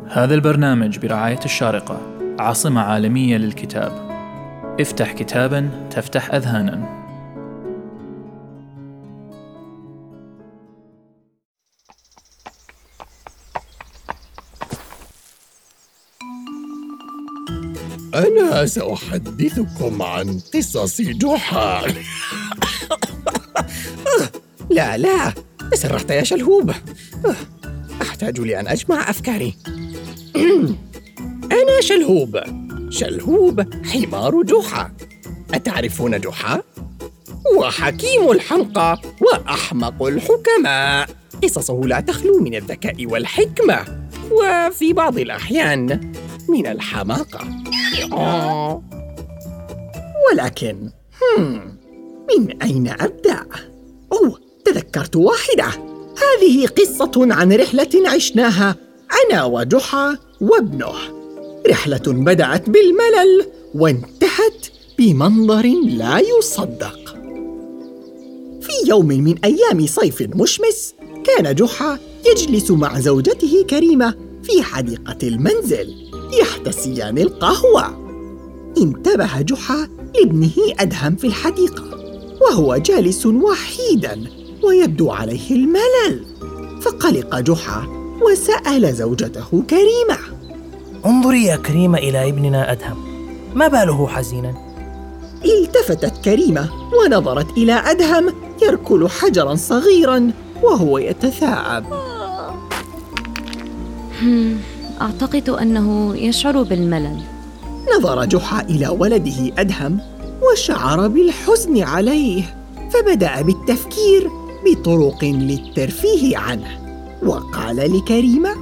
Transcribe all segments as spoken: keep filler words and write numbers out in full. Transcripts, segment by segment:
هذا البرنامج برعاية الشارقة، عاصمة عالمية للكتاب. افتح كتاباً تفتح أذهاناً. أنا سأحدثكم عن قصص جحا. لا لا تسرحت يا شلهوب، أحتاج لأن أجمع أفكاري. أنا شلهوب، شلهوب حمار جحا. أتعرفون جحا؟ وحكيم الحمقى وأحمق الحكماء. قصصه لا تخلو من الذكاء والحكمة، وفي بعض الأحيان من الحماقة. ولكن هم من أين أبدأ؟ أوه، تذكرت واحدة. هذه قصة عن رحلة عشناها أنا وجحا وابنه. رحلة بدأت بالملل وانتهت بمنظر لا يصدق. في يوم من أيام صيف مشمس، كان جحا يجلس مع زوجته كريمة في حديقة المنزل يحتسيان القهوة. انتبه جحا لابنه أدهم في الحديقة وهو جالس وحيداً ويبدو عليه الملل، فقلق جحا وسأل زوجته كريمة: انظري يا كريمة إلى ابننا أدهم، ما باله حزيناً؟ التفتت كريمة ونظرت إلى أدهم يركل حجراً صغيراً وهو يتثاءب. أعتقد أنه يشعر بالملل. نظر جحا إلى ولده أدهم وشعر بالحزن عليه، فبدأ بالتفكير بطرق للترفيه عنه، وقال لكريمة: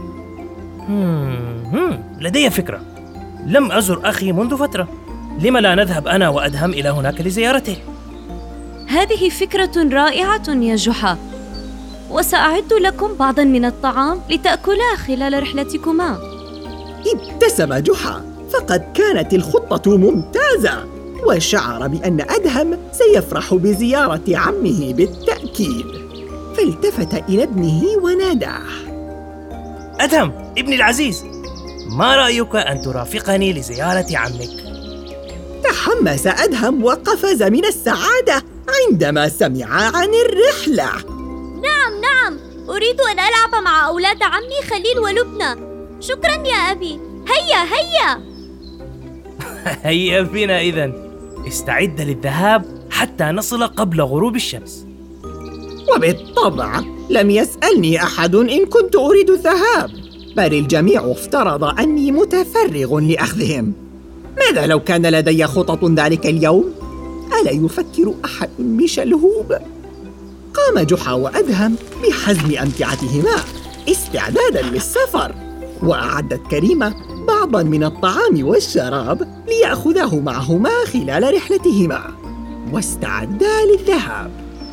هم لدي فكرة. لم أزر أخي منذ فترة، لما لا نذهب أنا وأدهم إلى هناك لزيارته؟ هذه فكرة رائعة يا جحا، وسأعد لكم بعضاً من الطعام لتأكلا خلال رحلتكما. ابتسم جحا، فقد كانت الخطة ممتازة، وشعر بأن أدهم سيفرح بزيارة عمه بالتأكيد، فالتفت إلى ابنه وناداه: أدهم ابني العزيز، ما رأيك أن ترافقني لزيارة عمك؟ تحمس أدهم وقفز من السعادة عندما سمع عن الرحلة. نعم نعم، أريد أن ألعب مع أولاد عمي خليل ولبنى. شكراً يا أبي. هيا هيا هيا بنا إذن، استعد للذهاب حتى نصل قبل غروب الشمس. وبالطبع لم يسألني أحد إن كنت أريد الذهاب، بل الجميع افترض أني متفرغ لأخذهم. ماذا لو كان لدي خطط ذلك اليوم؟ ألا يفكر أحد بشلهوب؟ قام جحا وأدهم بحزم أمتعتهما استعداداً للسفر، وأعدت كريمة بعضاً من الطعام والشراب ليأخذاه معهما خلال رحلتهما، واستعدا للذهاب.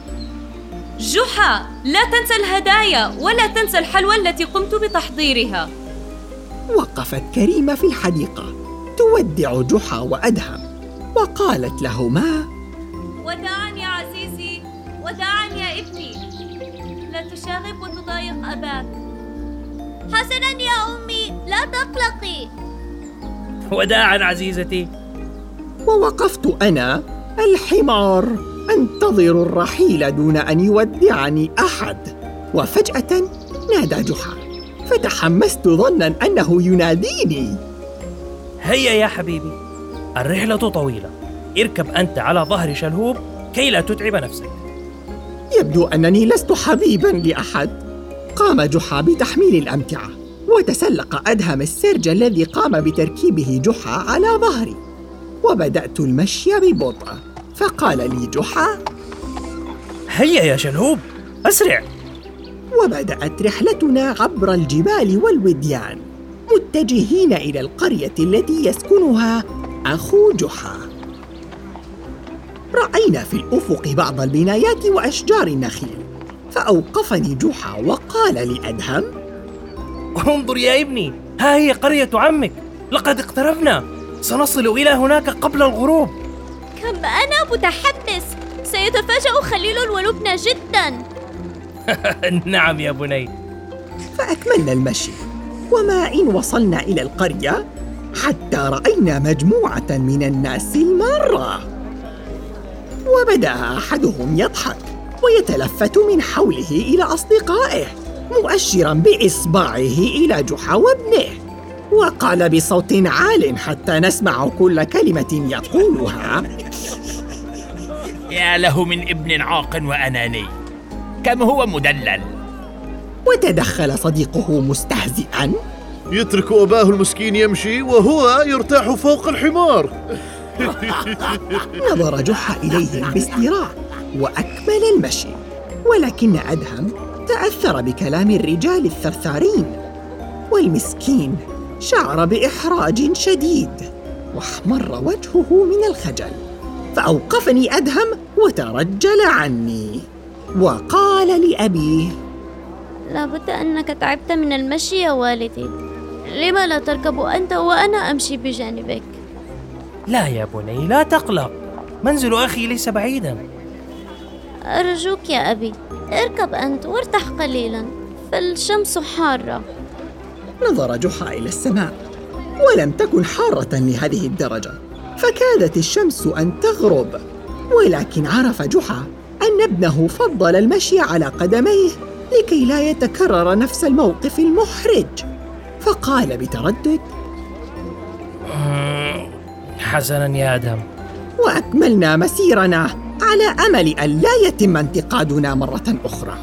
جحا، لا تنسى الهدايا ولا تنسى الحلوى التي قمت بتحضيرها. وقفت كريمة في الحديقة تودع جحا وأدهم، وقالت لهما: وداعاً يا عزيزي، وداعاً يا ابني، لا تشاغب وتضايق أباك. حسناً يا أمي، لا تقلقي. وداعاً عزيزتي. ووقفت أنا الحمار أنتظر الرحيل دون أن يودعني أحد، وفجأة نادى جحا، فتحمست ظناً أنه يناديني: هيا يا حبيبي، الرحلة طويلة، اركب أنت على ظهر شلهوب كي لا تتعب نفسك. يبدو أنني لست حبيباً لأحد. قام جحا بتحميل الأمتعة، وتسلق أدهم السرج الذي قام بتركيبه جحا على ظهري، وبدأت المشي ببطء. فقال لي جحا: هيا يا شلهوب، أسرع. وبدأت رحلتنا عبر الجبال والوديان، متجهين إلى القرية التي يسكنها أخو جحا. رأينا في الأفق بعض البنايات وأشجار النخيل، فأوقفني جحا وقال لأدهم: انظر يا ابني، ها هي قرية عمك، لقد اقتربنا، سنصل إلى هناك قبل الغروب. كم أنا متحمس، سيتفاجأ خليل ولبنى جداً. نعم يا بني. فأكملنا المشي، وما إن وصلنا إلى القرية حتى رأينا مجموعة من الناس المارة. وبدأ أحدهم يضحك ويتلفت من حوله إلى أصدقائه مؤشراً بإصبعه إلى جحا وابنه، وقال بصوت عال حتى نسمع كل كلمة يقولها: يا له من ابن عاق وأناني، كم هو مدلل. وتدخل صديقه مستهزئاً: يترك أباه المسكين يمشي وهو يرتاح فوق الحمار. نظر جحا إليهم بازدراء وأكمل المشي، ولكن أدهم تأثر بكلام الرجال الثرثارين، والمسكين شعر بإحراج شديد واحمر وجهه من الخجل، فأوقفني أدهم وترجل عني وقال لأبيه: لابد أنك تعبت من المشي يا والدي، لما لا تركب أنت وأنا أمشي بجانبك؟ لا يا بني، لا تقلق، منزل أخي ليس بعيدا. أرجوك يا أبي، اركب أنت وارتاح قليلا، فالشمس حارة. نظر جحا إلى السماء، ولم تكن حارة لهذه الدرجة، فكادت الشمس أن تغرب، ولكن عرف جحا أن ابنه فضل المشي على قدميه لكي لا يتكرر نفس الموقف المحرج، فقال بتردد: حسناً يا أدهم. وأكملنا مسيرنا على أمل أن لا يتم انتقادنا مرة أخرى.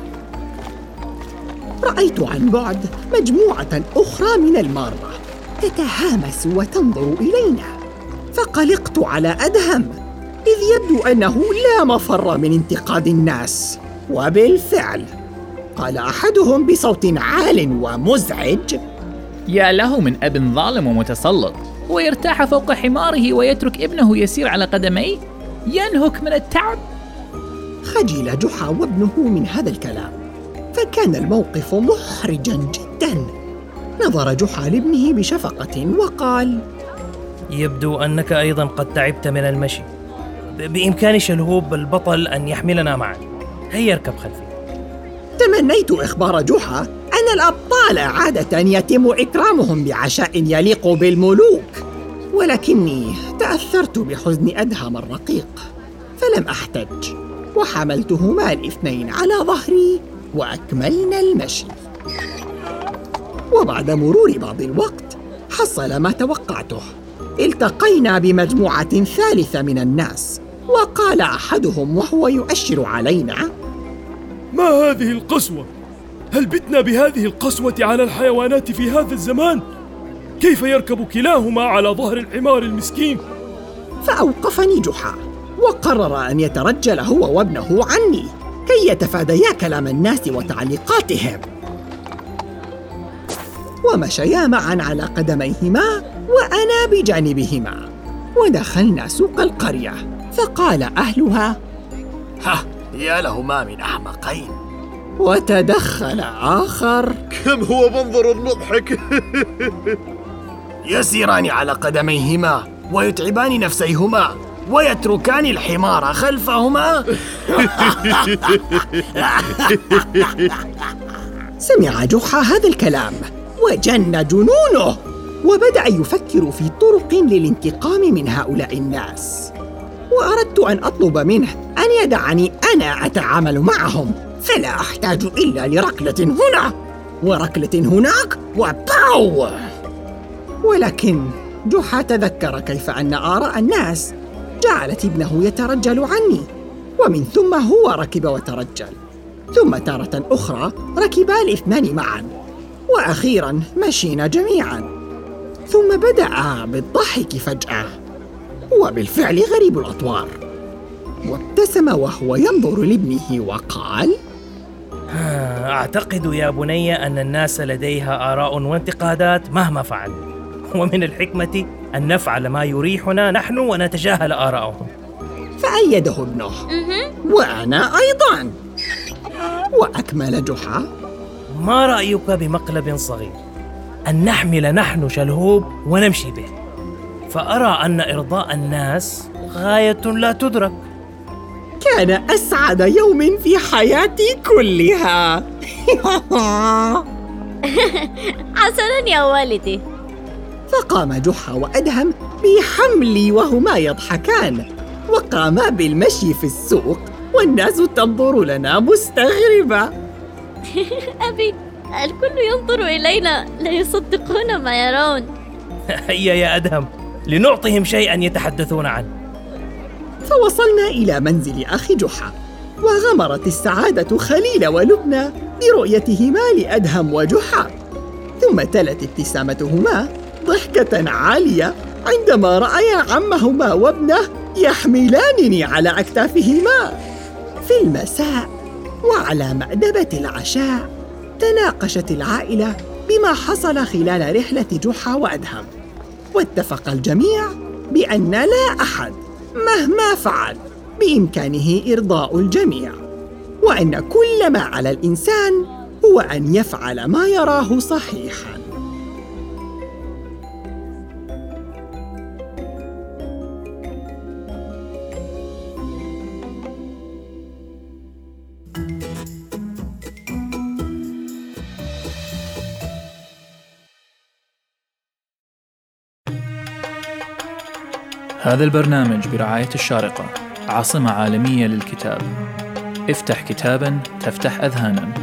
رأيت عن بعد مجموعة أخرى من المارة تتهامس وتنظر إلينا، فقلقت على أدهم، إذ يبدو أنه لا مفر من انتقاد الناس. وبالفعل قال أحدهم بصوت عال ومزعج: يا له من أب ظالم ومتسلط، ويرتاح فوق حماره ويترك ابنه يسير على قدميه، ينهك من التعب. خجل جحا وابنه من هذا الكلام، فكان الموقف محرجاً جداً. نظر جحا لابنه بشفقة وقال: يبدو أنك أيضا قد تعبت من المشي، بإمكان شلهوب البطل أن يحملنا معا، هيا اركب خلفي. تمنيت إخبار جحا أن الأبطال عادة يتم إكرامهم بعشاء يليق بالملوك، ولكني تأثرت بحزن أدهم الرقيق فلم أحتج، وحملتهما الاثنين على ظهري وأكملنا المشي. وبعد مرور بعض الوقت حصل ما توقعته، التقينا بمجموعة ثالثة من الناس، وقال أحدهم وهو يؤشر علينا: ما هذه القسوة؟ هل بتنا بهذه القسوة على الحيوانات في هذا الزمان؟ كيف يركب كلاهما على ظهر الحمار المسكين؟ فأوقفني جحا وقرر أن يترجل هو وابنه عني كي يتفاديا كلام الناس وتعليقاتهم، ومشيا معا على قدميهما وأنا بجانبهما، ودخلنا سوق القرية، فقال أهلها: ها يا لهما من أحمقين. وتدخل آخر: كم هو منظر مضحك. يسيران على قدميهما ويتعبان نفسيهما ويتركان الحمار خلفهما. سمع جحا هذا الكلام وجن جنونه، وبدأ يفكر في طرق للانتقام من هؤلاء الناس، وأردت أن أطلب منه أن يدعني أنا أتعامل معهم، فلا أحتاج إلا لركلة هنا وركلة هناك وباو. ولكن جحا تذكر كيف أن آراء الناس جعلت ابنه يترجل عني، ومن ثم هو ركب وترجل، ثم تارة أخرى ركبا الاثنان معا، وأخيرا مشينا جميعا، ثم بدأ بالضحك فجأة، وبالفعل غريب الأطوار، وابتسم وهو ينظر لابنه وقال: أعتقد يا بني أن الناس لديها آراء وانتقادات مهما فعل، ومن الحكمة أن نفعل ما يريحنا نحن ونتجاهل آراءهم. فأيده ابنه وأنا أيضا. وأكمل جحا: ما رأيك بمقلب صغير أن نحمل نحن شلهوب ونمشي به؟ فأرى أن إرضاء الناس غاية لا تدرك. كان أسعد يوم في حياتي كلها. حسناً يا والدي. فقام جحا وأدهم بحملي وهما يضحكان، وقاما بالمشي في السوق والناس تنظر لنا مستغربة. أبي، الكل ينظر إلينا، لا يصدقون ما يرون. هيا يا أدهم لنعطهم شيئا يتحدثون عنه. فوصلنا إلى منزل أخي جحا، وغمرت السعادة خليل ولبنى برؤيتهما لأدهم وجحا، ثم تلت ابتسامتهما ضحكة عالية عندما رأيا عمهما وابنه يحملانني على أكتافهما. في المساء وعلى مأدبة العشاء تناقشت العائلة بما حصل خلال رحلة جحا وأدهم، واتفق الجميع بأن لا أحد مهما فعل بإمكانه إرضاء الجميع، وأن كل ما على الإنسان هو أن يفعل ما يراه صحيحاً. هذا البرنامج برعاية الشارقة، عاصمة عالمية للكتاب. افتح كتاباً تفتح أذهاناً.